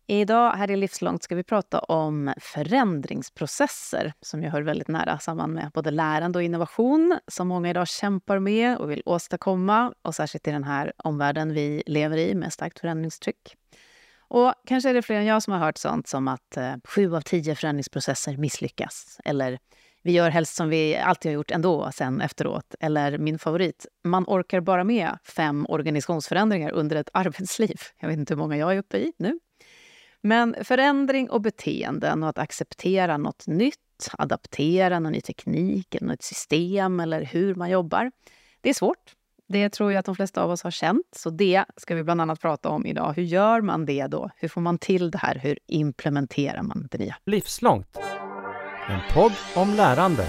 Idag här i Livslångt ska vi prata om förändringsprocesser som ju hör väldigt nära samman med både lärande och innovation som många idag kämpar med och vill åstadkomma, och särskilt i den här omvärlden vi lever i med starkt förändringstryck. Och kanske är det fler än jag som har hört sånt som att 7 av 10 förändringsprocesser misslyckas, eller vi gör helst som vi alltid har gjort ändå sen efteråt, eller min favorit, man orkar bara med 5 organisationsförändringar under ett arbetsliv. Jag vet inte hur många jag är uppe i nu. Men förändring och beteenden och att acceptera något nytt, adaptera någon ny teknik eller något system eller hur man jobbar, det är svårt. Det tror jag att de flesta av oss har känt, så det ska vi bland annat prata om idag. Hur gör man det då? Hur får man till det här? Hur implementerar man det nya? Livslångt. En podd om lärande.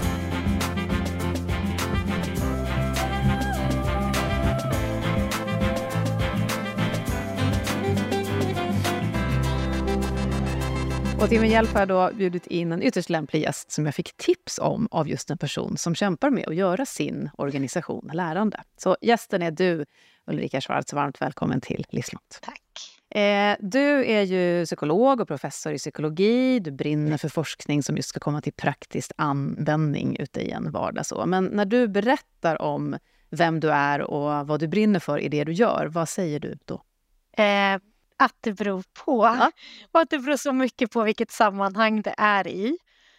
Och till min hjälp har jag då bjudit in en ytterst lämplig gäst som jag fick tips om av just en person som kämpar med att göra sin organisation lärande. Så gästen är du, Ulrika Schwartz. Varmt välkommen till Livslångt. Tack. Du är ju psykolog och professor i psykologi. Du brinner för forskning som just ska komma till praktisk användning ute i en vardag. Så. Men när du berättar om vem du är och vad du brinner för i det du gör, vad säger du då? Att det beror på. Ja. Och att det beror så mycket på vilket sammanhang det är i.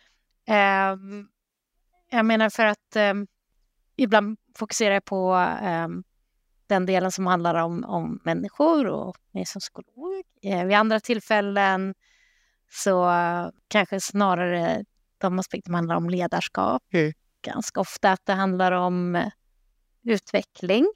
Jag menar för att ibland fokuserar jag på den delen som handlar om människor och mig som psykolog. Vid andra tillfällen så kanske snarare de aspekter som handlar om ledarskap. Ganska ofta att det handlar om utveckling.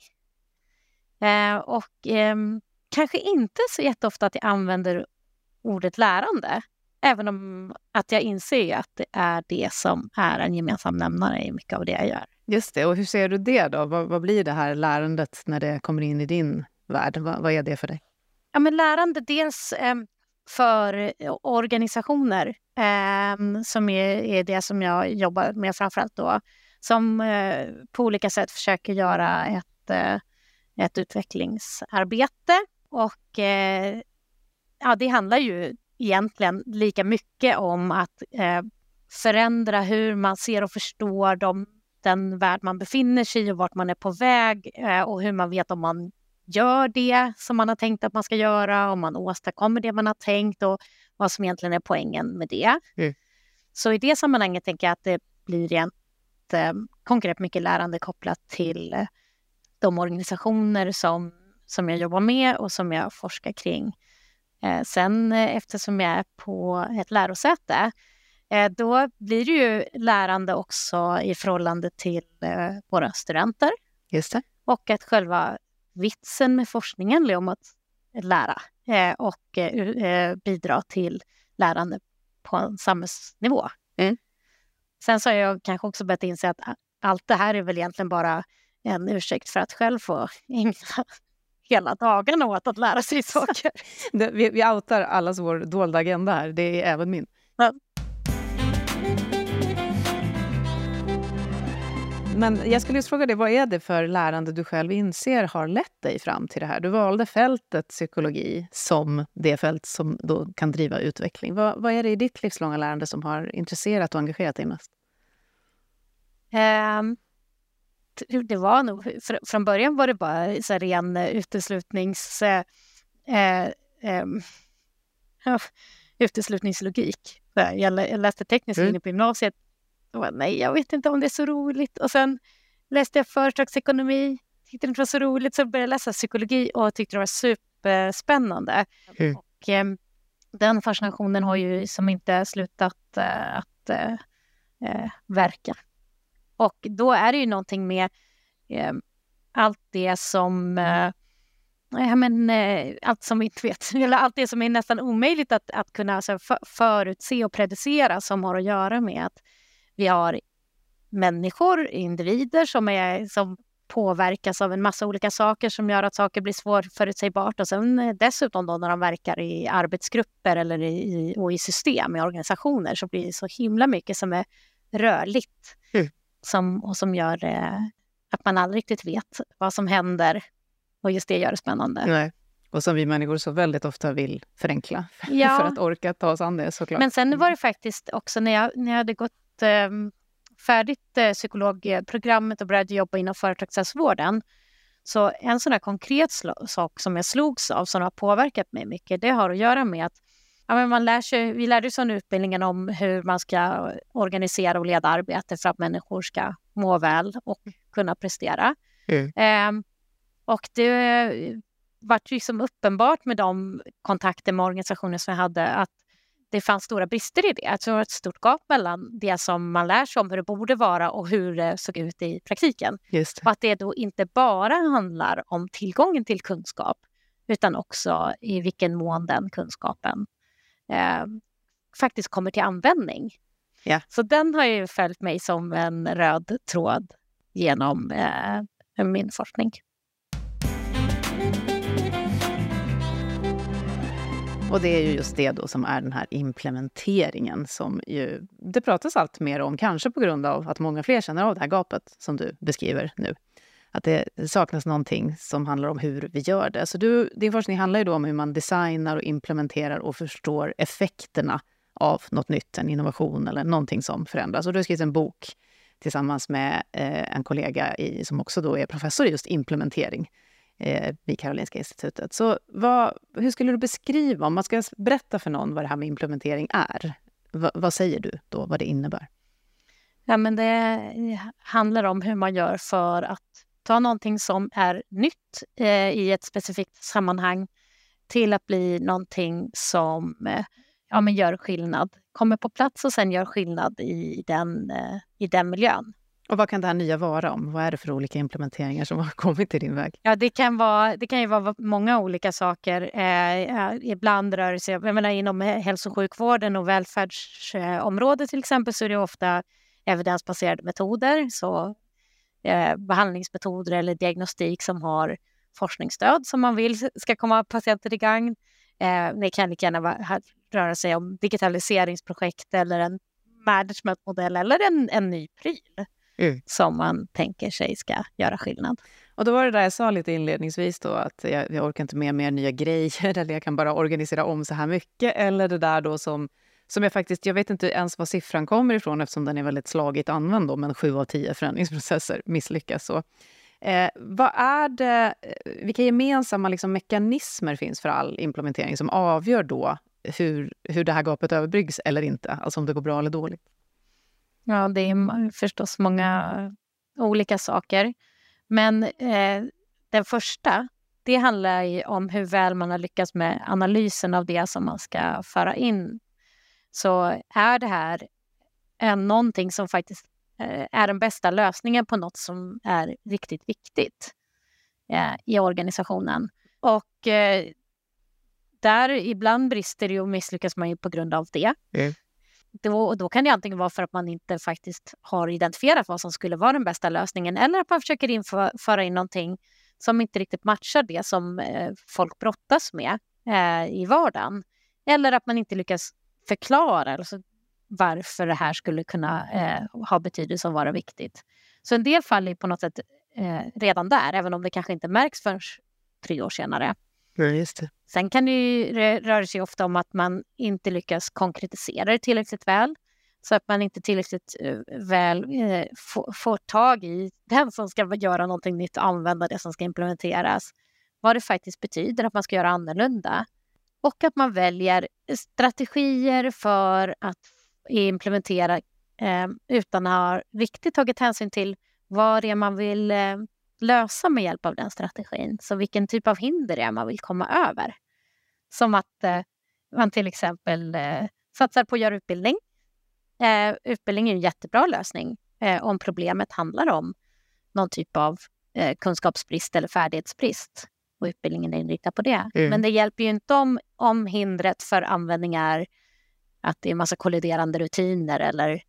Kanske inte så jätteofta att jag använder ordet lärande. Även om att jag inser att det är det som är en gemensam nämnare i mycket av det jag gör. Just det, och hur ser du det då? Vad blir det här lärandet när det kommer in i din värld? Vad är det för dig? Ja, men lärande dels för organisationer som är det som jag jobbar med framförallt då. Som på olika sätt försöker göra ett utvecklingsarbete. Och det handlar ju egentligen lika mycket om att förändra hur man ser och förstår den värld man befinner sig i och vart man är på väg och hur man vet om man gör det som man har tänkt att man ska göra, om man åstadkommer det man har tänkt och vad som egentligen är poängen med det. Så i det sammanhanget tänker jag att det blir rent konkret mycket lärande kopplat till de organisationer som jag jobbar med och som jag forskar kring. Sen eftersom jag är på ett lärosäte, då blir det ju lärande också i förhållande till våra studenter. Just det. Och att själva vitsen med forskningen är om att lära och bidra till lärande på en samhällsnivå. Sen så har jag kanske också börjat inse att allt det här är väl egentligen bara en ursäkt för att själv få ägna hela dagen åt att lära sig saker. Vi outar allas vår dolda agenda här. Det är även min. Ja. Men jag skulle just fråga dig, vad är det för lärande du själv inser har lett dig fram till det här? Du valde fältet psykologi som det fält som då kan driva utveckling. Vad är det i ditt livslånga lärande som har intresserat och engagerat dig mest? Det var nog, från början var det bara så ren uteslutningslogik. Jag läste teknisk linje på gymnasiet och nej, jag vet inte om det är så roligt. Och sen läste jag företagsekonomi, tyckte det inte var så roligt, så började jag läsa psykologi och tyckte det var superspännande. Och den fascinationen har ju som inte slutat att verka. Och då är det ju någonting med allt det som allt som vi inte vet, eller allt det som är nästan omöjligt att kunna alltså, förutse och predicera, som har att göra med att vi har människor, individer som påverkas av en massa olika saker som gör att saker blir svårförutsägbart, och sen dessutom då när de verkar i arbetsgrupper eller i system, i organisationer, så blir det så himla mycket som är rörligt. Som gör att man aldrig riktigt vet vad som händer, och just det gör det spännande. Nej. Och som vi människor så väldigt ofta vill förenkla Ja. för att orka ta oss an det, såklart. Men sen var det faktiskt också när jag hade gått färdigt psykologprogrammet och började jobba inom företagshälsovården. Så en sån här konkret sak som jag slogs av som har påverkat mig mycket, det har att göra med att vi lärde oss under utbildningen om hur man ska organisera och leda arbete för att människor ska må väl och kunna prestera. Och det var liksom uppenbart med de kontakter med organisationer som jag hade att det fanns stora brister i det. Att det var ett stort gap mellan det som man lär sig om hur det borde vara och hur det såg ut i praktiken. Just. Och att det då inte bara handlar om tillgången till kunskap utan också i vilken mån den kunskapen faktiskt kommer till användning. Ja. Så den har ju följt mig som en röd tråd genom min forskning. Och det är ju just det då som är den här implementeringen som ju det pratas allt mer om, kanske på grund av att många fler känner av det här gapet som du beskriver nu. Att det saknas någonting som handlar om hur vi gör det. Så din forskning handlar ju då om hur man designar och implementerar och förstår effekterna av något nytt, en innovation eller någonting som förändras. Och du har skrivit en bok tillsammans med en kollega som också då är professor i just implementering vid Karolinska institutet. Så hur skulle du beskriva, om man ska berätta för någon vad det här med implementering är? Vad säger du då, vad det innebär? Ja, men det handlar om hur man gör för att ta någonting som är nytt i ett specifikt sammanhang till att bli någonting som gör skillnad. Kommer på plats och sen gör skillnad i den miljön. Och vad kan det här nya vara om? Vad är det för olika implementeringar som har kommit till din väg? Ja, det kan ju vara många olika saker. Ibland rör det sig, inom hälso- och sjukvården och välfärdsområdet till exempel, så är det ofta evidensbaserade metoder. Så behandlingsmetoder eller diagnostik som har forskningsstöd som man vill ska komma patienter till gagn. Det kan lika gärna röra sig om digitaliseringsprojekt eller en managementmodell eller en ny pryl. Som man tänker sig ska göra skillnad. Och då var det där jag sa lite inledningsvis då, att jag orkar inte med mer nya grejer eller jag kan bara organisera om så här mycket. Eller det där då som jag vet inte ens vad siffran kommer ifrån eftersom den är väldigt slagigt använd då, men 7 av 10 förändringsprocesser misslyckas. Så, vad är det, vilka gemensamma mekanismer finns för all implementering som avgör då hur det här gapet överbryggs eller inte? Alltså om det går bra eller dåligt? Ja, det är förstås många olika saker. Men den första, det handlar ju om hur väl man har lyckats med analysen av det som man ska föra in. Så är det här någonting som faktiskt är den bästa lösningen på något som är riktigt viktigt i organisationen. Och där ibland brister det och misslyckas man ju på grund av det. Då kan det antingen vara för att man inte faktiskt har identifierat vad som skulle vara den bästa lösningen, eller att man försöker föra in någonting som inte riktigt matchar det som folk brottas med i vardagen. Eller att man inte lyckas förklara alltså, varför det här skulle kunna ha betydelse och vara viktigt. Så en del fall är på något sätt redan där, även om det kanske inte märks förrän 3 år senare. Just det. Sen kan det ju röra sig ofta om att man inte lyckas konkretisera det tillräckligt väl. Så att man inte tillräckligt väl får tag i den som ska göra någonting nytt och använda det som ska implementeras. Vad det faktiskt betyder att man ska göra annorlunda. Och att man väljer strategier för att implementera utan att ha riktigt tagit hänsyn till vad det är man vill lösa med hjälp av den strategin. Så vilken typ av hinder det är man vill komma över. Som att man till exempel satsar på att göra utbildning. Utbildning är en jättebra lösning om problemet handlar om någon typ av kunskapsbrist eller färdighetsbrist. Och utbildningen är inriktad på det. Men det hjälper ju inte om hindret för användning är att det är en massa kolliderande rutiner eller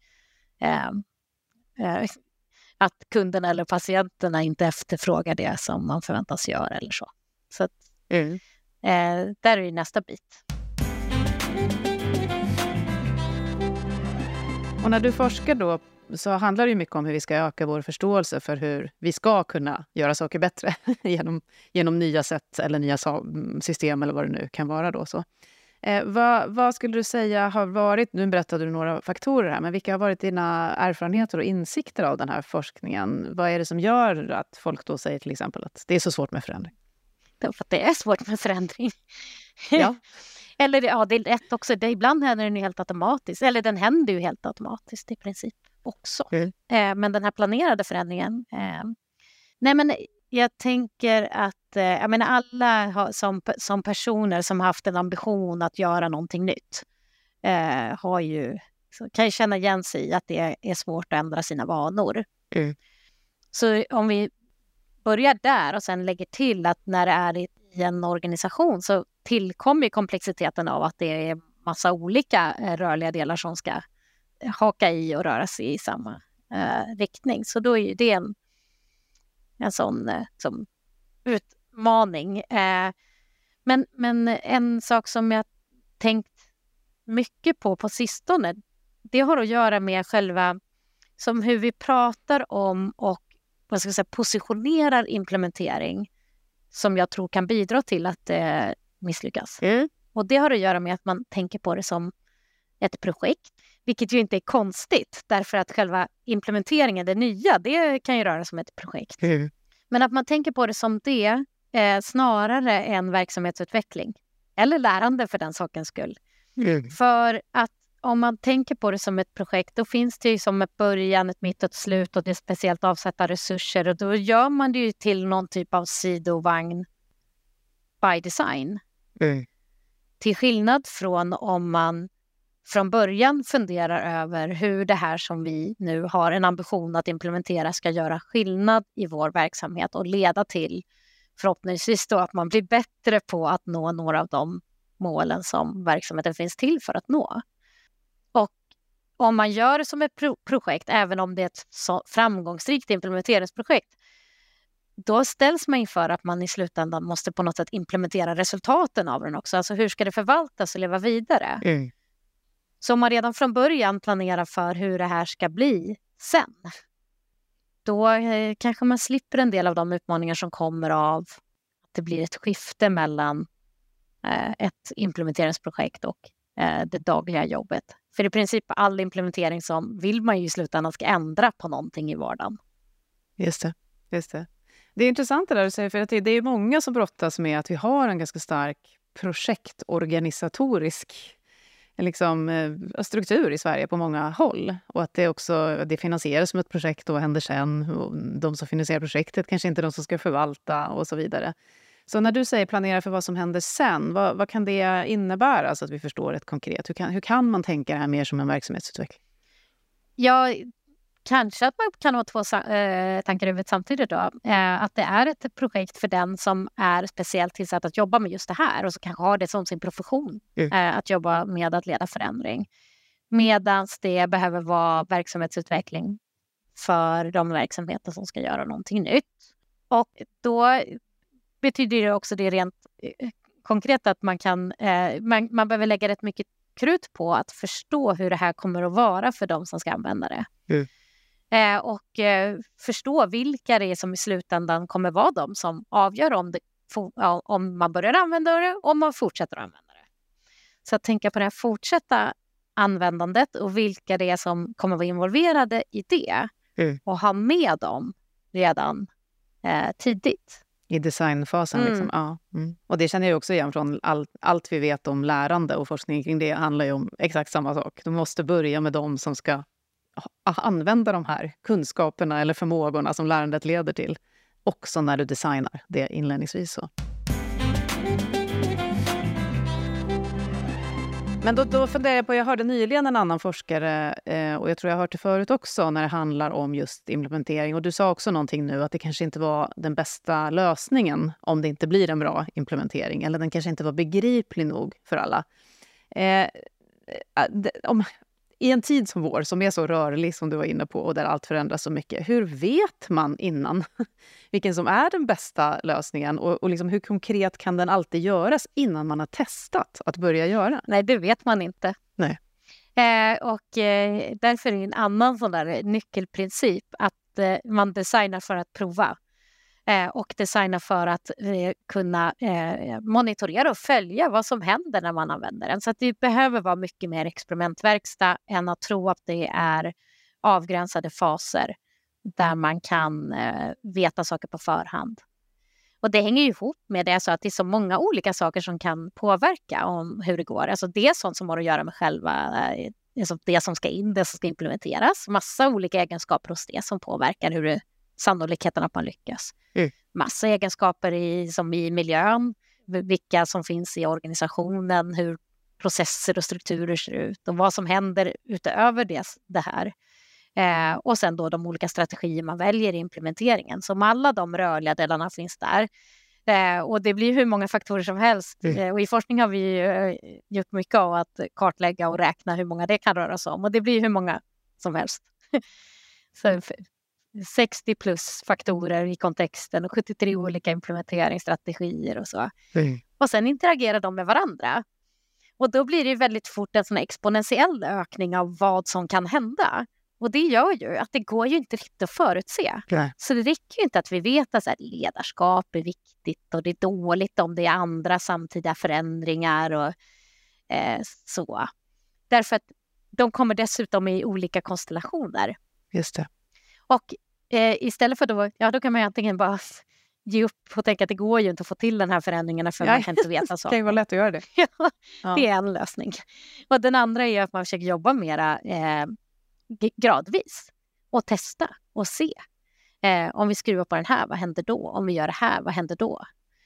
att kunderna eller patienterna inte efterfrågar det som man förväntas göra eller så. Så att, där är ju nästa bit. Och när du forskar då så handlar det ju mycket om hur vi ska öka vår förståelse för hur vi ska kunna göra saker bättre genom nya sätt eller nya system eller vad det nu kan vara då. Så. Vad skulle du säga har varit, nu berättade du några faktorer här, men vilka har varit dina erfarenheter och insikter av den här forskningen? Vad är det som gör att folk då säger till exempel att det är så svårt med förändring? För att det är svårt med förändring. Ja. Eller ja, det är rätt också. Ibland händer den ju helt automatiskt. Eller den händer ju helt automatiskt i princip också. Men den här planerade förändringen. Nej, men jag tänker att jag menar, alla har, som personer som har haft en ambition att göra någonting nytt kan ju känna igen sig i att det är svårt att ändra sina vanor. Så om vi börjar där och sen lägger till att när det är i en organisation så tillkommer komplexiteten av att det är massa olika rörliga delar som ska haka i och röra sig i samma riktning. Så då är ju det en sån som utmaning. Men en sak som jag tänkt mycket på sistone, det har att göra med själva som hur vi pratar om och vad ska jag säga, positionerar implementering som jag tror kan bidra till att det misslyckas. Och det har att göra med att man tänker på det som ett projekt, vilket ju inte är konstigt därför att själva implementeringen, det nya, det kan ju röra som ett projekt. Men att man tänker på det som det snarare än verksamhetsutveckling eller lärande för den sakens skull. För att om man tänker på det som ett projekt, då finns det ju som ett början, ett mitt och ett slut och det är speciellt avsatta resurser och då gör man det ju till någon typ av sidovagn by design. Till skillnad från om man från början funderar över hur det här som vi nu har en ambition att implementera ska göra skillnad i vår verksamhet och leda till förhoppningsvis då att man blir bättre på att nå några av de målen som verksamheten finns till för att nå. Och om man gör det som ett projekt, även om det är ett så framgångsrikt implementeringsprojekt, då ställs man inför att man i slutändan måste på något sätt implementera resultaten av den också. Alltså hur ska det förvaltas och leva vidare? Så om man redan från början planerar för hur det här ska bli sen, då kanske man slipper en del av de utmaningar som kommer av att det blir ett skifte mellan ett implementeringsprojekt och det dagliga jobbet. För i princip all implementering som vill man ju i slutändan ska ändra på någonting i vardagen. Just det. Det är intressant det där du säger, för att det är många som brottas med att vi har en ganska stark projektorganisatorisk struktur i Sverige på många håll. Och att det finansieras som ett projekt och händer sen. Och de som finansierar projektet kanske inte är de som ska förvalta och så vidare. Så när du säger planera för vad som händer sen, vad kan det innebära så att vi förstår det konkret? Hur kan man tänka det här mer som en verksamhetsutveckling? Ja, kanske att man kan ha två tankar i huvudet samtidigt då. Att det är ett projekt för den som är speciellt tillsatt att jobba med just det här och så kanske har det som sin profession att jobba med att leda förändring. Medan det behöver vara verksamhetsutveckling för de verksamheter som ska göra någonting nytt. Och då betyder det också det rent konkret att man behöver lägga rätt mycket krut på att förstå hur det här kommer att vara för de som ska använda det. Och förstå vilka det är som i slutändan kommer vara de som avgör om man börjar använda det och om man fortsätter att använda det. Så att tänka på det här fortsätta användandet och vilka det är som kommer vara involverade i det och ha med dem redan tidigt. I designfasen. Ja. Och det känner jag också igen från allt vi vet om lärande och forskning kring det handlar ju om exakt samma sak. Du måste börja med dem som ska använda de här kunskaperna eller förmågorna som lärandet leder till. Också när du designar det inledningsvis. Så. Men då funderar jag på, jag hörde nyligen en annan forskare och jag tror jag har hört det förut också när det handlar om just implementering. Och du sa också någonting nu att det kanske inte var den bästa lösningen om det inte blir en bra implementering. Eller den kanske inte var begriplig nog för alla. I en tid som vår, som är så rörlig som du var inne på och där allt förändras så mycket, hur vet man innan vilken som är den bästa lösningen? Och liksom, hur konkret kan den alltid göras innan man har testat att börja göra? Nej, det vet man inte. Nej. Därför är en annan sån där nyckelprincip att man designar för att prova. Och designa för att kunna monitorera och följa vad som händer när man använder den. Så att det behöver vara mycket mer experimentverkstad än att tro att det är avgränsade faser där man kan veta saker på förhand. Och det hänger ju ihop med det, så att det är så många olika saker som kan påverka om hur det går. Alltså det är sånt som har att göra med själva alltså det som ska in, det som ska implementeras. Massa olika egenskaper hos det som påverkar hur sannolikheten att man lyckas. Massa egenskaper som i miljön, vilka som finns i organisationen, hur processer och strukturer ser ut och vad som händer utöver det här. Och sen då de olika strategier man väljer i implementeringen. Så alla de rörliga delarna finns där. Och det blir hur många faktorer som helst. Och i forskning har vi gjort mycket av att kartlägga och räkna hur många det kan röra sig om. Och det blir hur många som helst. Så 60 plus faktorer i kontexten och 73 olika implementeringsstrategier och så. Och sen interagerar de med varandra. Och då blir det väldigt fort en sån här exponentiell ökning av vad som kan hända. Och det gör ju att det går ju inte riktigt att förutse. Nej. Så det räcker ju inte att vi vet att ledarskap är viktigt och det är dåligt om det är andra samtida förändringar och så. Därför att de kommer dessutom i olika konstellationer. Just det. Och istället för då kan man ju antingen bara ge upp och tänka att det går ju inte att få till den här förändringen för man kan inte veta så. Det kan ju vara lätt att göra det. Det är en lösning. Och den andra är att man försöker jobba mera gradvis och testa och se. Om vi skruvar på den här, vad händer då? Om vi gör det här, vad händer då?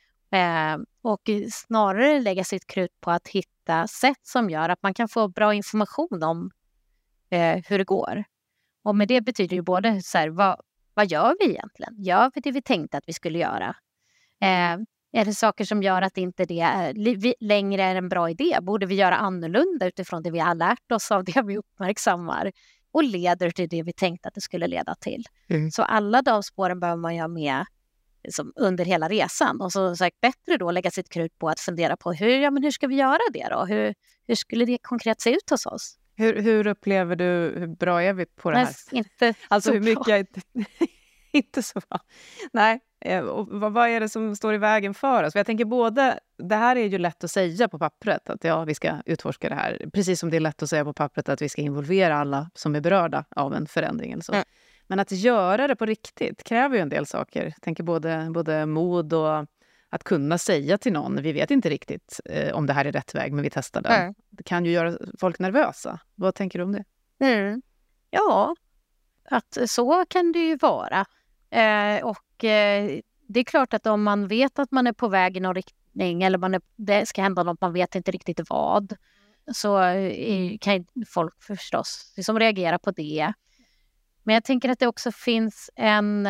Och snarare lägga sitt krut på att hitta sätt som gör att man kan få bra information om hur det går. Och med det betyder ju både så här, vad gör vi egentligen? Gör vi det vi tänkte att vi skulle göra? Är det saker som gör att inte det längre är en bra idé? Borde vi göra annorlunda utifrån det vi har lärt oss av det vi uppmärksammar? Och leder till det vi tänkte att det skulle leda till. Så alla de spåren behöver man göra med under hela resan. Och så sagt, bättre då lägga sitt krut på att fundera på hur ska vi göra det då? Hur skulle det konkret se ut hos oss? Hur upplever du, hur bra är vi på det här? Inte alltså så hur mycket inte så bra. Nej, och vad är det som står i vägen för oss? För jag tänker både, det här är ju lätt att säga på pappret att vi ska utforska det här. Precis som det är lätt att säga på pappret att vi ska involvera alla som är berörda av en förändring. Eller så. Men att göra det på riktigt kräver ju en del saker. Jag tänker både mod och att kunna säga till någon, vi vet inte riktigt om det här är rätt väg, men vi testar den. Det kan ju göra folk nervösa. Vad tänker du om det? Ja, att så kan det ju vara. Det är klart att om man vet att man är på väg i någon riktning eller det ska hända något, man vet inte riktigt vad, så kan folk förstås liksom reagera på det. Men jag tänker att det också finns en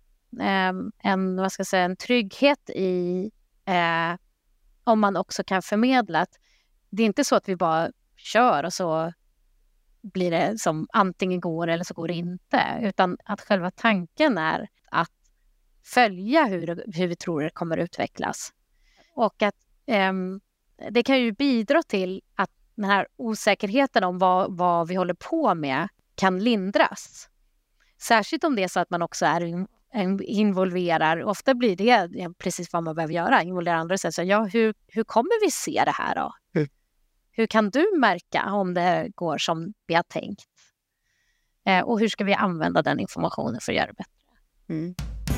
trygghet i om man också kan förmedla att det är inte så att vi bara kör och så blir det som antingen går eller så går det inte, utan att själva tanken är att följa hur vi tror det kommer utvecklas. Och att det kan ju bidra till att den här osäkerheten om vad vi håller på med kan lindras. Särskilt om det är så att man också involverar, ofta blir det precis vad man behöver göra, involvera andra och säga så, hur kommer vi se det här då? Hur kan du märka om det går som vi har tänkt? Och hur ska vi använda den informationen för att göra det bättre?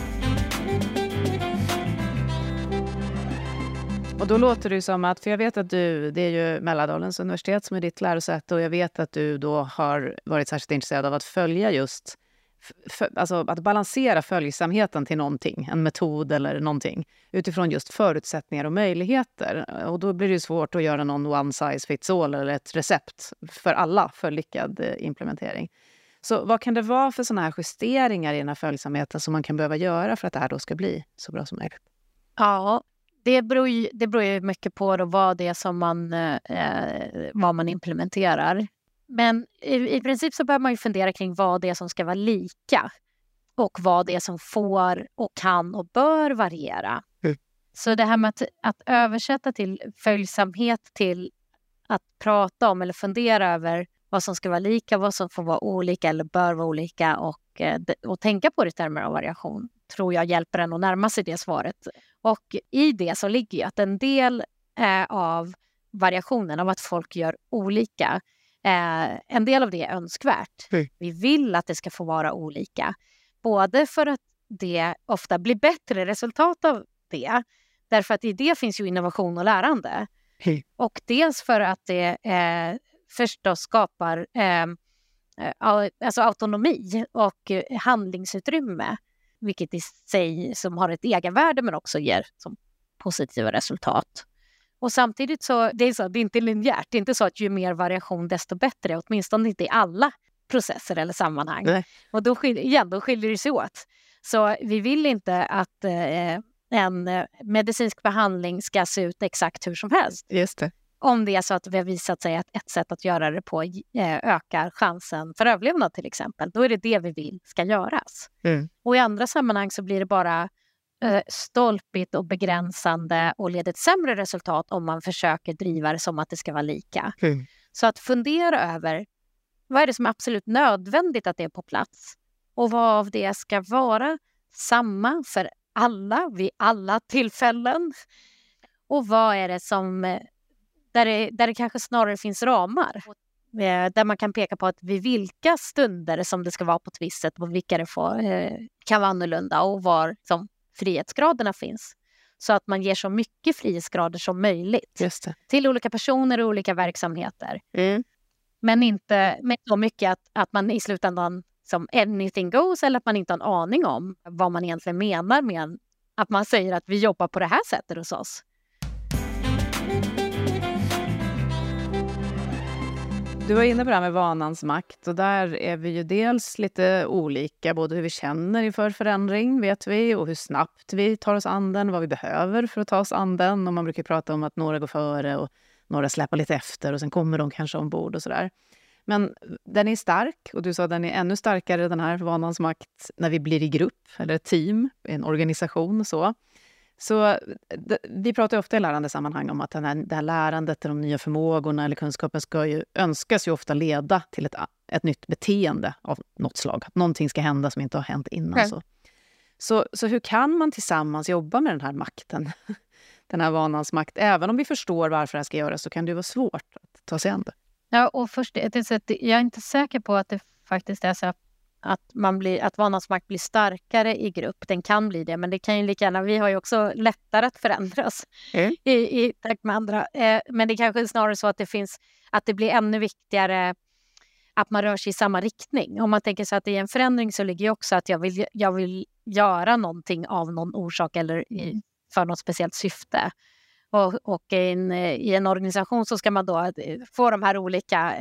Och då låter det som att, för jag vet att det är ju Mälardalens universitet som är ditt lärosäte, och jag vet att du då har varit särskilt intresserad av att följa just, alltså att balansera följsamheten till någonting, en metod eller någonting, utifrån just förutsättningar och möjligheter. Och då blir det ju svårt att göra någon one size fits all eller ett recept för alla för lyckad implementering. Så vad kan det vara för såna här justeringar i den här följsamheten som man kan behöva göra för att det här då ska bli så bra som möjligt? Ja, det beror ju mycket på då vad det är som vad man implementerar. Men i princip så behöver man ju fundera kring vad det är som ska vara lika och vad det är som får och kan och bör variera. Så det här med att översätta till följsamhet till att prata om eller fundera över vad som ska vara lika, vad som får vara olika eller bör vara olika och tänka på det i termer av variation tror jag hjälper en att närma sig det svaret. Och i det så ligger ju att en del av variationen av att folk gör olika, en del av det är önskvärt. Vi vill att det ska få vara olika. Både för att det ofta blir bättre resultat av det. Därför att i det finns ju innovation och lärande. Och dels för att det förstås skapar alltså autonomi och handlingsutrymme. Vilket i sig som har ett egenvärde men också ger som positiva resultat. Och samtidigt så, det är inte linjärt. Det är inte så att ju mer variation desto bättre. Åtminstone inte i alla processer eller sammanhang. Nej. Och då skiljer det sig åt. Så vi vill inte att en medicinsk behandling ska se ut exakt hur som helst. Just det. Om det är så att vi har visat sig att ett sätt att göra det på ökar chansen för överlevnad till exempel. Då är det vi vill ska göras. Och i andra sammanhang så blir det bara stolpigt och begränsande och leder till sämre resultat om man försöker driva det som att det ska vara lika. Så att fundera över vad är det som är absolut nödvändigt att det är på plats och vad av det ska vara samma för alla vid alla tillfällen och vad är det som där det kanske snarare finns ramar där man kan peka på att vid vilka stunder som det ska vara på ett visst sätt och vilka det kan vara annorlunda och var som frihetsgraderna finns. Så att man ger så mycket frihetsgrader som möjligt till olika personer och olika verksamheter. Men inte med så mycket att man i slutändan som anything goes eller att man inte har en aning om vad man egentligen menar med att man säger att vi jobbar på det här sättet hos oss. Du var inne på det här med vanans makt och där är vi ju dels lite olika, både hur vi känner inför förändring vet vi och hur snabbt vi tar oss an den, vad vi behöver för att ta oss an den. Och man brukar prata om att några går före och några släpar lite efter och sen kommer de kanske ombord och sådär. Men den är stark och du sa att den är ännu starkare den här vanans makt när vi blir i grupp eller ett team, en organisation och så. Så vi pratar ju ofta i lärandesammanhang om att det här lärandet, de nya förmågorna eller kunskapen önskas ju ofta leda till ett nytt beteende av något slag. Att någonting ska hända som inte har hänt innan. Så hur kan man tillsammans jobba med den här makten? Den här vanans makt. Även om vi förstår varför det här ska göras så kan det ju vara svårt att ta sig an det. Ja, och först, jag är inte säker på att det faktiskt är så att vanans makt blir starkare i grupp. Den kan bli det, men det kan ju lika gärna. Vi har ju också lättare att förändras i takt med andra. Men det kanske är snarare så att det blir ännu viktigare att man rör sig i samma riktning. Om man tänker sig att det är en förändring så ligger ju också att jag vill göra någonting av någon orsak eller för något speciellt syfte. Och i en organisation så ska man då få de här olika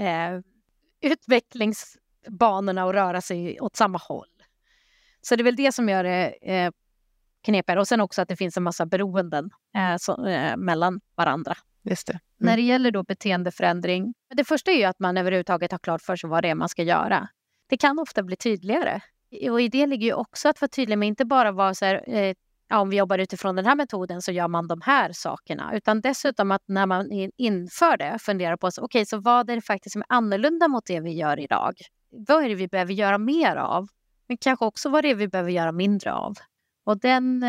utvecklingsbanorna och röra sig åt samma håll. Så det är väl det som gör det knepigare. Och sen också att det finns en massa beroenden mellan varandra. Just det. När det gäller då beteendeförändring. Det första är ju att man överhuvudtaget har klart för sig vad det är man ska göra. Det kan ofta bli tydligare. Och i det ligger ju också att vara tydlig med inte bara vara så här... om vi jobbar utifrån den här metoden så gör man de här sakerna. Utan dessutom att när man inför det funderar på så vad är det faktiskt som är annorlunda mot det vi gör idag? Vad är det vi behöver göra mer av? Men kanske också vad det är vi behöver göra mindre av. Och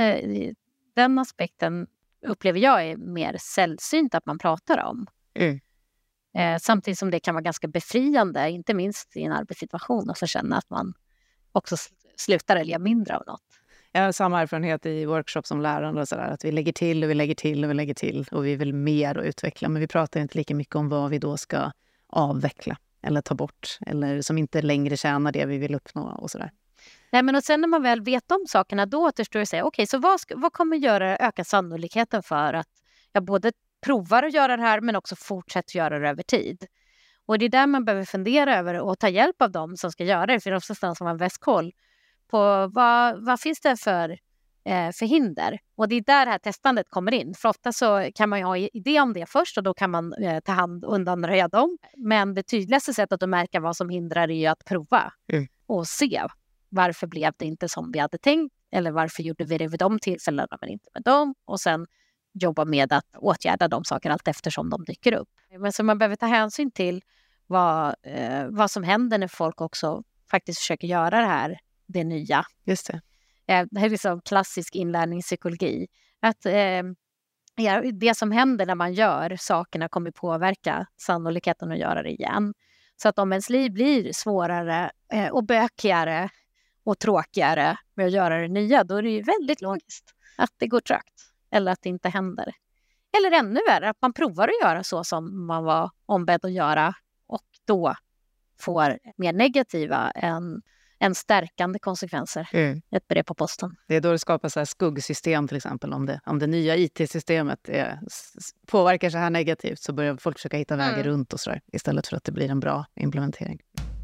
den aspekten upplever jag är mer sällsynt att man pratar om. Samtidigt som det kan vara ganska befriande, inte minst i en arbetssituation, att få känna att man också slutar eller gör mindre av något. Jag har samma erfarenhet i workshops som lärare och sådär, att vi lägger till och vi lägger till och vi lägger till och vi vill mer och utveckla, men vi pratar inte lika mycket om vad vi då ska avveckla eller ta bort eller som inte längre tjänar det vi vill uppnå och sådär. Nej, men och sen när man väl vet om sakerna då återstår det att säga så vad kommer öka sannolikheten för att jag både provar att göra det här men också fortsätter göra det över tid. Och det är där man behöver fundera över och ta hjälp av dem som ska göra det, för det är oftast som en västkoll på vad finns det för hinder. Och det är där det här testandet kommer in. För ofta så kan man ju ha idé om det först och då kan man ta hand och undanröja dem. Men det tydligaste sättet att märka vad som hindrar är ju att prova och se varför blev det inte som vi hade tänkt eller varför gjorde vi det vid de tillfällena men inte med dem. Och sen jobba med att åtgärda de saker allt eftersom de dyker upp. Men så man behöver ta hänsyn till vad som händer när folk också faktiskt försöker göra det nya. Just det. Det här är liksom klassisk inlärningspsykologi. Att det som händer när man gör sakerna kommer påverka sannolikheten att göra det igen. Så att om ens liv blir svårare och bökigare och tråkigare med att göra det nya, då är det ju väldigt logiskt att det går trögt eller att det inte händer. Eller ännu värre, att man provar att göra så som man var ombedd att göra och då får mer negativa än stärkande konsekvenser. Ett brev på posten. Det är då det skapas så här skuggsystem till exempel. Om det nya IT-systemet påverkar så här negativt så börjar folk försöka hitta vägar runt och så där, istället för att det blir en bra implementering.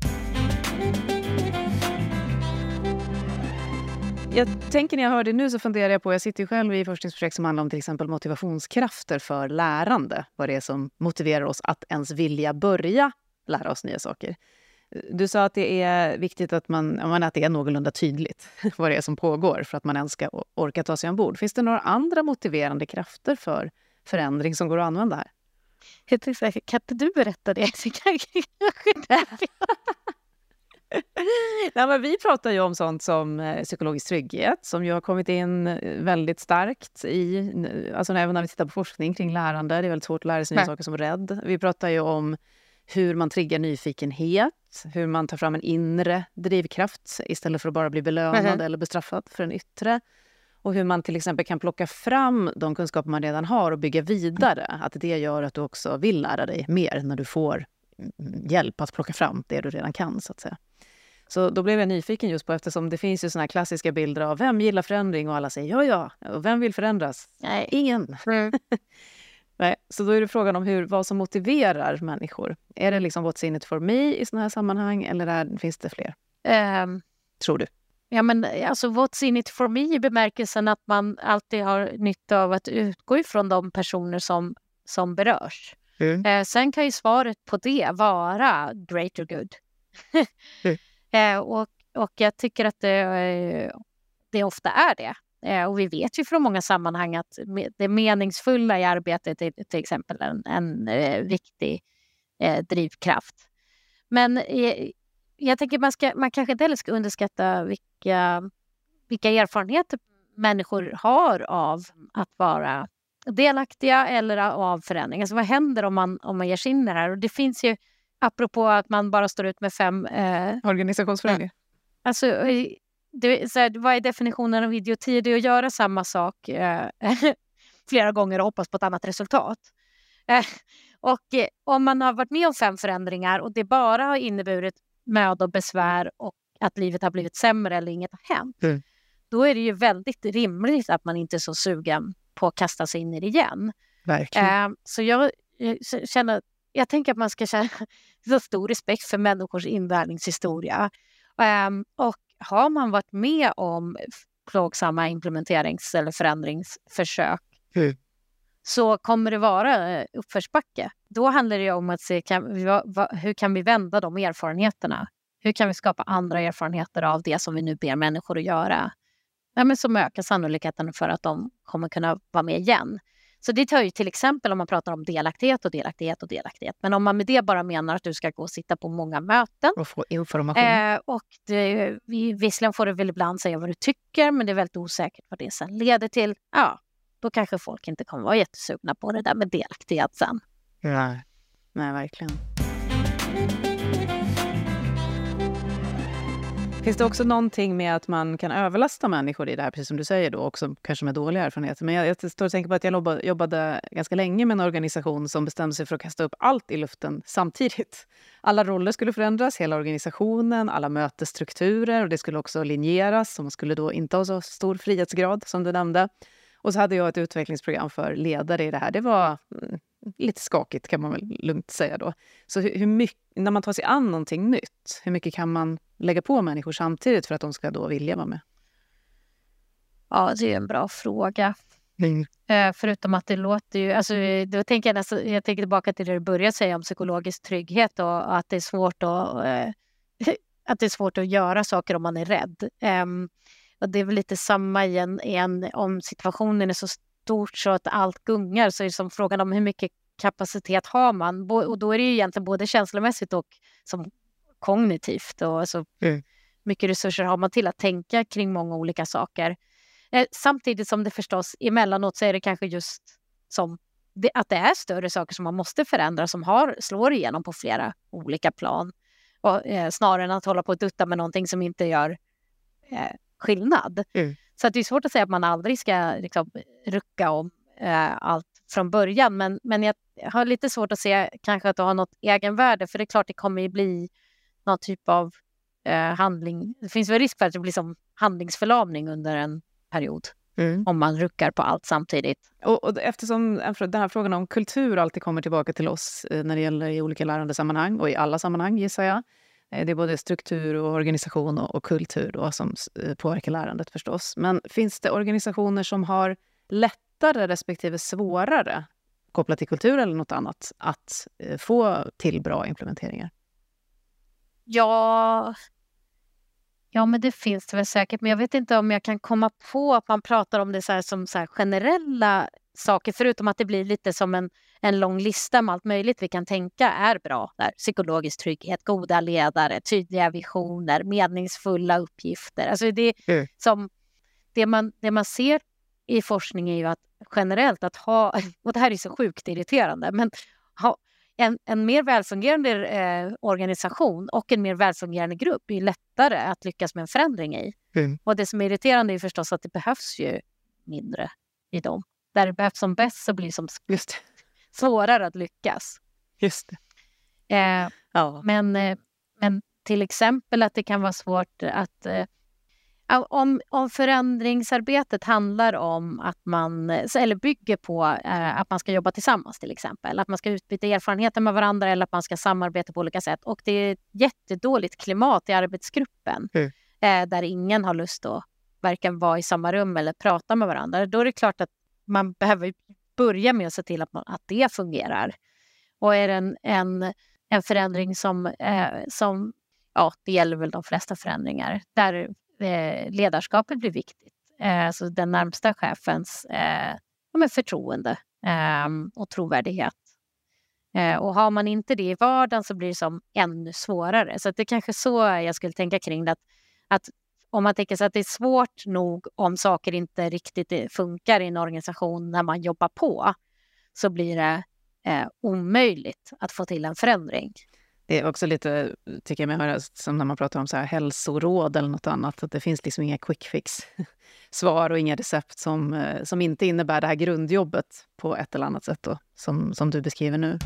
Jag tänker när jag hör det nu så funderar jag på, jag sitter ju själv i forskningsprojekt som handlar om till exempel motivationskrafter för lärande. Vad det är som motiverar oss att ens vilja börja lära oss nya saker. Du sa att det är viktigt att att det är någorlunda tydligt vad det är som pågår för att man ens ska orka ta sig ombord. Finns det några andra motiverande krafter för förändring som går att använda här? Jag tänkte, kan inte du berätta det? Nej, men vi pratar ju om sånt som psykologisk trygghet som ju har kommit in väldigt starkt alltså även när vi tittar på forskning kring lärande. Det är väldigt svårt att lära sig nya saker som rädd. Vi pratar ju om hur man triggar nyfikenhet, hur man tar fram en inre drivkraft istället för att bara bli belönad eller bestraffad för en yttre. Och hur man till exempel kan plocka fram de kunskaper man redan har och bygga vidare. Att det gör att du också vill lära dig mer när du får hjälp att plocka fram det du redan kan, så att säga. Så då blev jag nyfiken just på, eftersom det finns ju såna här klassiska bilder av vem gillar förändring och alla säger ja, och vem vill förändras? Nej. Ingen. Nej, så då är det frågan om vad som motiverar människor. Är det liksom what's in it for me i såna här sammanhang eller finns det fler? Tror du? Ja, men alltså what's in it for me i bemärkelsen att man alltid har nytta av att utgå ifrån de personer som berörs. Sen kan ju svaret på det vara greater good. Och jag tycker att det ofta är det. Och vi vet ju från många sammanhang att det meningsfulla i arbetet är till exempel en viktig drivkraft. Men jag tänker man kanske inte heller ska underskatta vilka erfarenheter människor har av att vara delaktiga eller av förändring. Alltså vad händer om man ger sig in i det här? Och det finns ju, apropå att man bara står ut med 5 organisationsförändringar. Alltså, vad är definitionen av idioti? Det är att göra samma sak flera gånger och hoppas på ett annat resultat. Och om man har varit med om 5 förändringar och det bara har inneburit möda och besvär och att livet har blivit sämre eller inget har hänt, då är det ju väldigt rimligt att man inte är så sugen på att kasta sig in i det igen. Verkligen. Så jag tänker att man ska känna så stor respekt för människors inlärningshistoria. Och har man varit med om plågsamma implementerings- eller förändringsförsök så kommer det vara uppförsbacke. Då handlar det om att se hur kan vi vända de erfarenheterna? Hur kan vi skapa andra erfarenheter av det som vi nu ber människor att göra? Men som ökar sannolikheten för att de kommer kunna vara med igen. Så det tar ju till exempel om man pratar om delaktighet. Men om man med det bara menar att du ska gå och sitta på många möten. Och få information. Och visserligen får du väl ibland säga vad du tycker, men det är väldigt osäkert vad det sen leder till. Ja, då kanske folk inte kommer vara jättesugna på det där med delaktighet sen. Nej, verkligen. Finns det också någonting med att man kan överlasta människor i det här, precis som du säger då, också kanske med dåliga erfarenheter. Men jag står och tänker på att jag jobbade ganska länge med en organisation som bestämde sig för att kasta upp allt i luften samtidigt. Alla roller skulle förändras, hela organisationen, alla mötesstrukturer, och det skulle också linjeras, och man skulle då inte ha så stor frihetsgrad som du nämnde. Och så hade jag ett utvecklingsprogram för ledare i det här. Det var lite skakigt kan man väl lugnt säga då. Så hur mycket, när man tar sig an någonting nytt, hur mycket kan man lägga på människor samtidigt för att de ska då vilja vara med? Ja, det är en bra fråga. Förutom att det låter ju... Alltså, då tänker jag tänker tillbaka till det du började säga om psykologisk trygghet och att det är svårt att göra saker om man är rädd. Och det är väl lite samma igen om situationen är så stort så att allt gungar, så är det som frågan om hur mycket kapacitet har man? Och då är det ju egentligen både känslomässigt och som kognitivt. Och alltså, mycket resurser har man till att tänka kring många olika saker. Samtidigt som det förstås emellanåt så är det kanske just som att det är större saker som man måste förändra som slår igenom på flera olika plan. Och, snarare än att hålla på att dutta med någonting som inte gör skillnad. Så att det är svårt att säga att man aldrig ska liksom, rucka om allt från början. Men jag har lite svårt att se kanske att det har något egenvärde. För det är klart det kommer ju bli någon typ av handling. Det finns väl risk för att det blir som handlingsförlamning under en period. Om man ruckar på allt samtidigt. Och eftersom den här frågan om kultur alltid kommer tillbaka till oss när det gäller i olika lärandesammanhang och i alla sammanhang gissar jag. Det är både struktur och organisation och kultur då, som påverkar lärandet förstås. Men finns det organisationer som har lättare respektive svårare kopplat till kultur eller något annat att få till bra implementeringar? Ja, men det finns det väl säkert. Men jag vet inte om jag kan komma på att man pratar om det så här som så här generella saker. Förutom att det blir lite som en lång lista med allt möjligt vi kan tänka är bra. Där. Psykologisk trygghet, goda ledare, tydliga visioner, meningsfulla uppgifter. Alltså det man ser i forskning är ju att generellt att ha, och det här är så sjukt irriterande, men ha en mer välfungerande organisation och en mer välfungerande grupp är lättare att lyckas med en förändring i. Och det som är irriterande är förstås att det behövs ju mindre i dem. Där det behövs som bäst så blir det som svårare att lyckas. Just det. Men till exempel att det kan vara svårt att om förändringsarbetet handlar om att man eller bygger på att man ska jobba tillsammans till exempel, att man ska utbyta erfarenheter med varandra eller att man ska samarbeta på olika sätt och det är ett jättedåligt klimat i arbetsgruppen där ingen har lust att varken vara i samma rum eller prata med varandra, då är det klart att man behöver börja med att se till att det fungerar. Och är det en förändring som det gäller väl de flesta förändringar där ledarskapet blir viktigt. Så den närmsta chefens förtroende och trovärdighet. Och har man inte det i vardagen så blir det som ännu svårare. Så att det är kanske så jag skulle tänka kring det. Att om man tänker sig att det är svårt nog om saker inte riktigt funkar i en organisation när man jobbar på så blir det omöjligt att få till en förändring. Det är också lite, tycker jag mig höra, som när man pratar om så här hälsoråd eller något annat, att det finns liksom inga quick fix-svar och inga recept som inte innebär det här grundjobbet på ett eller annat sätt då, som du beskriver nu.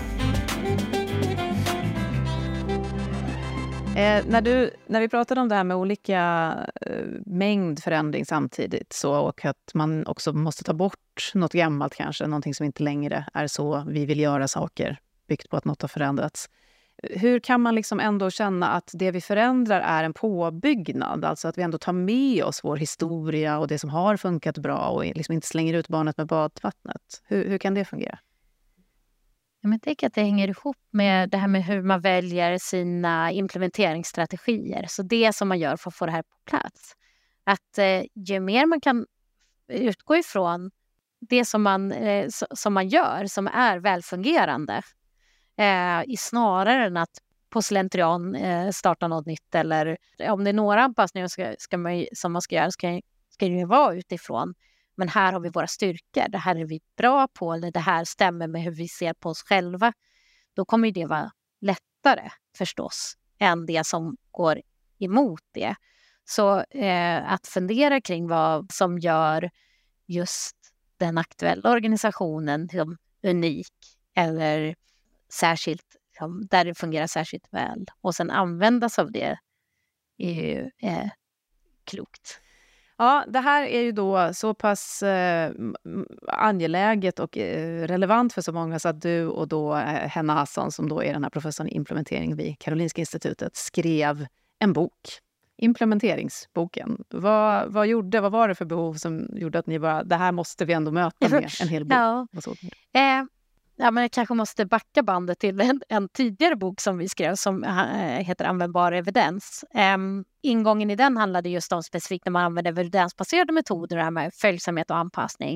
När vi pratade om det här med olika mängd förändring samtidigt så, och att man också måste ta bort något gammalt kanske, någonting som inte längre är så vi vill göra saker, byggt på att något har förändrats. Hur kan man liksom ändå känna att det vi förändrar är en påbyggnad? Alltså att vi ändå tar med oss vår historia och det som har funkat bra och liksom inte slänger ut barnet med badvattnet. Hur kan det fungera? Jag tänker att det hänger ihop med det här med hur man väljer sina implementeringsstrategier. Så det som man gör för att få det här på plats. Att ju mer man kan utgå ifrån det som man gör som är välfungerande i snarare än att på slentrian starta något nytt. Eller om det är några anpassningar som man ska göra ska det ju vara utifrån. Men här har vi våra styrkor, det här är vi bra på eller det här stämmer med hur vi ser på oss själva. Då kommer det vara lättare förstås än det som går emot det. Så att fundera kring vad som gör just den aktuella organisationen unik eller särskilt där det fungerar särskilt väl och sen användas av det är ju klokt. Ja, det här är ju då så pass angeläget och relevant för så många så att du och då Henna Hassan, som då är den här professorn i implementering vid Karolinska institutet, skrev en bok. Implementeringsboken. Vad var det för behov som gjorde att ni bara, det här måste vi ändå möta med en hel bok? Men jag kanske måste backa bandet till en tidigare bok som vi skrev som heter Användbar evidens. Ingången i den handlade just om specifikt när man använder evidensbaserade metoder, det här med följsamhet och anpassning.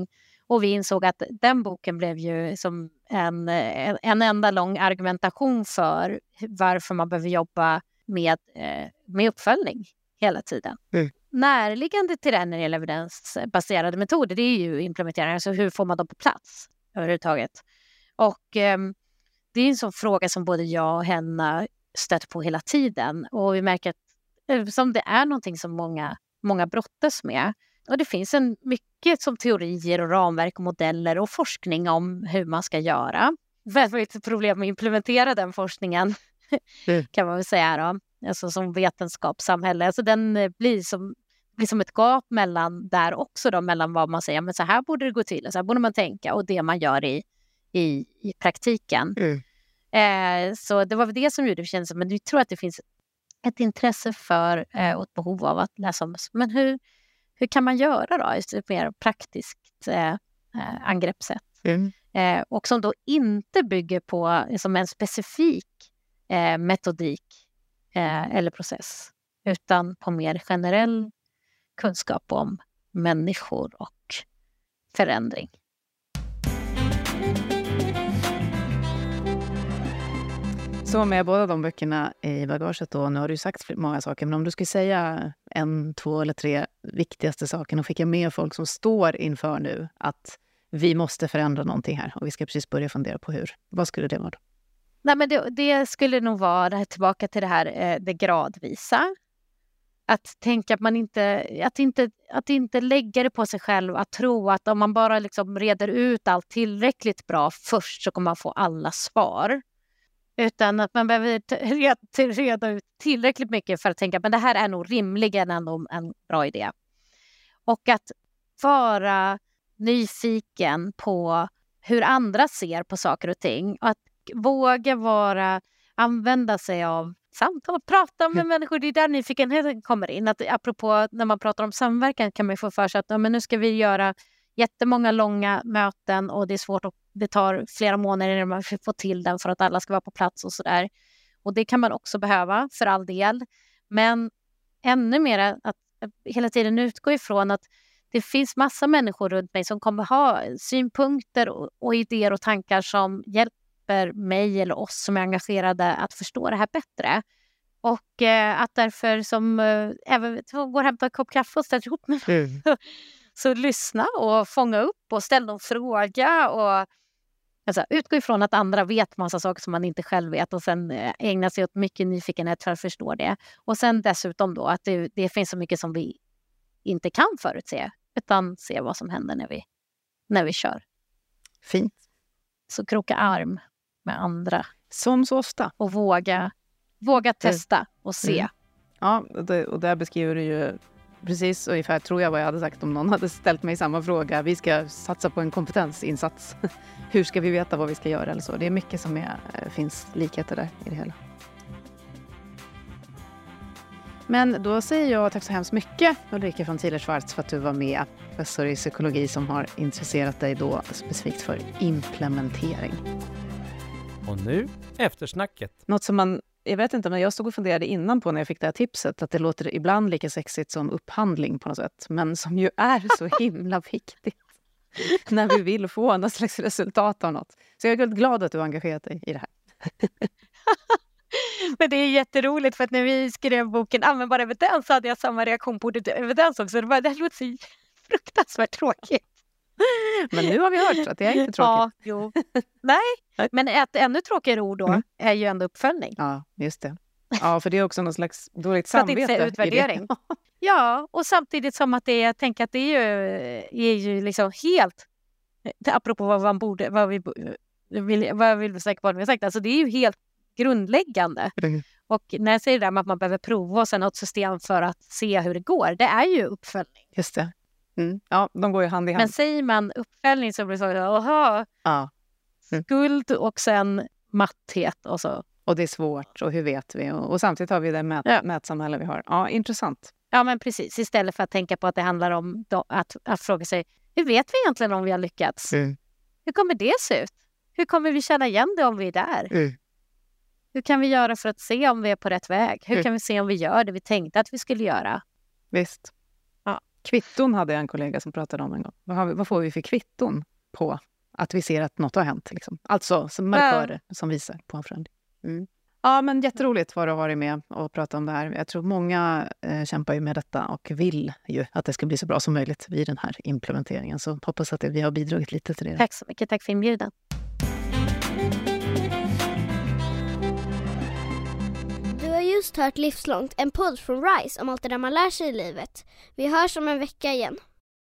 Och vi insåg att den boken blev ju som en enda lång argumentation för varför man behöver jobba med uppföljning hela tiden. Närliggande till den när det gäller evidensbaserade metoder, det är ju implementering. Alltså hur får man dem på plats överhuvudtaget? Och det är en sån fråga som både jag och Henna stöter på hela tuden. Och vi märker att som det är någonting som många brottas med. Och det finns mycket som teorier och ramverk och modeller och forskning om hur man ska göra. Väldigt problem att implementera den forskningen kan man väl säga då. Alltså som vetenskapssamhälle. Alltså den blir som ett gap mellan där också då, mellan vad man säger, men så här borde det gå till, så här borde man tänka, och det man gör i praktiken. Så det var det som gjorde det kändes, men vi tror att det finns ett intresse för och ett behov av att läsa om, men hur kan man göra då i ett mer praktiskt angreppssätt? Och som då inte bygger på som en specifik metodik eller process, utan på mer generell kunskap om människor och förändring. Så med båda de böckerna i bagaget då, nu har du sagt många saker, men om du skulle säga 1, 2 eller 3 viktigaste sakerna och skicka med folk som står inför nu att vi måste förändra någonting här och vi ska precis börja fundera på hur. Vad skulle det vara då? Nej, men det skulle nog vara tillbaka till det här det gradvisa. Att tänka att man inte lägga det på sig själv, att tro att om man bara liksom reder ut allt tillräckligt bra först så kommer man få alla svar. Utan att man behöver reda ut tillräckligt mycket för att tänka att det här är nog rimligen ändå en bra idé. Och att vara nyfiken på hur andra ser på saker och ting. Att våga använda sig av samtal, prata med människor. Det är där nyfikenheten kommer in. Att apropå när man pratar om samverkan kan man få för sig att men nu ska vi göra jättemånga långa möten och det är svårt, och det tar flera månader innan man får till den för att alla ska vara på plats och sådär. Och det kan man också behöva för all del. Men ännu mer att hela tiden utgå ifrån att det finns massa människor runt mig som kommer ha synpunkter och idéer och tankar som hjälper mig eller oss som är engagerade att förstå det här bättre. Och att därför som även går och hämta en kopp kaffe och ställer ihop med så lyssna och fånga upp och ställa en fråga och alltså, utgå ifrån att andra vet massa saker som man inte själv vet och sen ägna sig åt mycket nyfikenhet för att förstå det. Och sen dessutom då att det finns så mycket som vi inte kan förutse, utan se vad som händer när vi kör. Fint. Så kroka arm med andra. Som så ofta. Och våga testa och se. Ja, och där beskriver du ju precis ungefär, tror jag, vad jag hade sagt om någon hade ställt mig samma fråga. Vi ska satsa på en kompetensinsats. Hur ska vi veta vad vi ska göra eller så? Det är mycket som finns likheter där i det hela. Men då säger jag tack så hemskt mycket, Ulrika von Ziegler-Schwarz, för att du var med, professor i psykologi som har intresserat dig då specifikt för implementering. Och nu eftersnacket. Något som jag vet inte, men jag stod och funderade innan på när jag fick det här tipset att det låter ibland lika sexigt som upphandling på något sätt, men som ju är så himla viktigt när vi vill få något slags resultat av något. Så jag är väldigt glad att du har engagerat dig i det här. Men det är jätteroligt, för att när vi skrev boken Användbar evidens så hade jag samma reaktion på ordet evidens också. Det låter så fruktansvärt tråkigt. Men nu har vi hört att det är inte tråkigt. Ja, jo. Nej, men ett ännu tråkigare ord då är ju ändå uppföljning. Ja, just det. Ja, för det är också någon slags dåligt samvete. För att inte säga utvärdering. Ja, och samtidigt som att jag tänker att det är ju liksom helt, apropå vad vi vill säga på det vi har sagt, alltså det är ju helt grundläggande. Och när jag säger det där med att man behöver prova och sen ha ett system för att se hur det går, det är ju uppföljning. Just det. Ja, de går ju hand i hand. Men säger man uppföljning så blir det så, skuld och sen matthet och så. Och det är svårt, och hur vet vi? Och samtidigt har vi det mätsamhälle vi har. Ja, intressant. Ja, men precis. Istället för att tänka på att det handlar om att fråga sig, hur vet vi egentligen om vi har lyckats? Hur kommer det se ut? Hur kommer vi känna igen det om vi är där? Hur kan vi göra för att se om vi är på rätt väg? Hur kan vi se om vi gör det vi tänkte att vi skulle göra? Visst. Ja. Kvitton hade jag en kollega som pratade om en gång. Vad får vi för kvitton på att vi ser att något har hänt? Liksom? Alltså som markörer som visar på en förändring. Ja, men jätteroligt var det att vara med och prata om det här. Jag tror många kämpar ju med detta och vill ju att det ska bli så bra som möjligt vid den här implementeringen. Så hoppas att vi har bidragit lite till det. Tack så mycket. Tack för inbjudan. Du har just hört Livslångt, en podd från RISE om allt det där man lär sig i livet. Vi hörs om en vecka igen.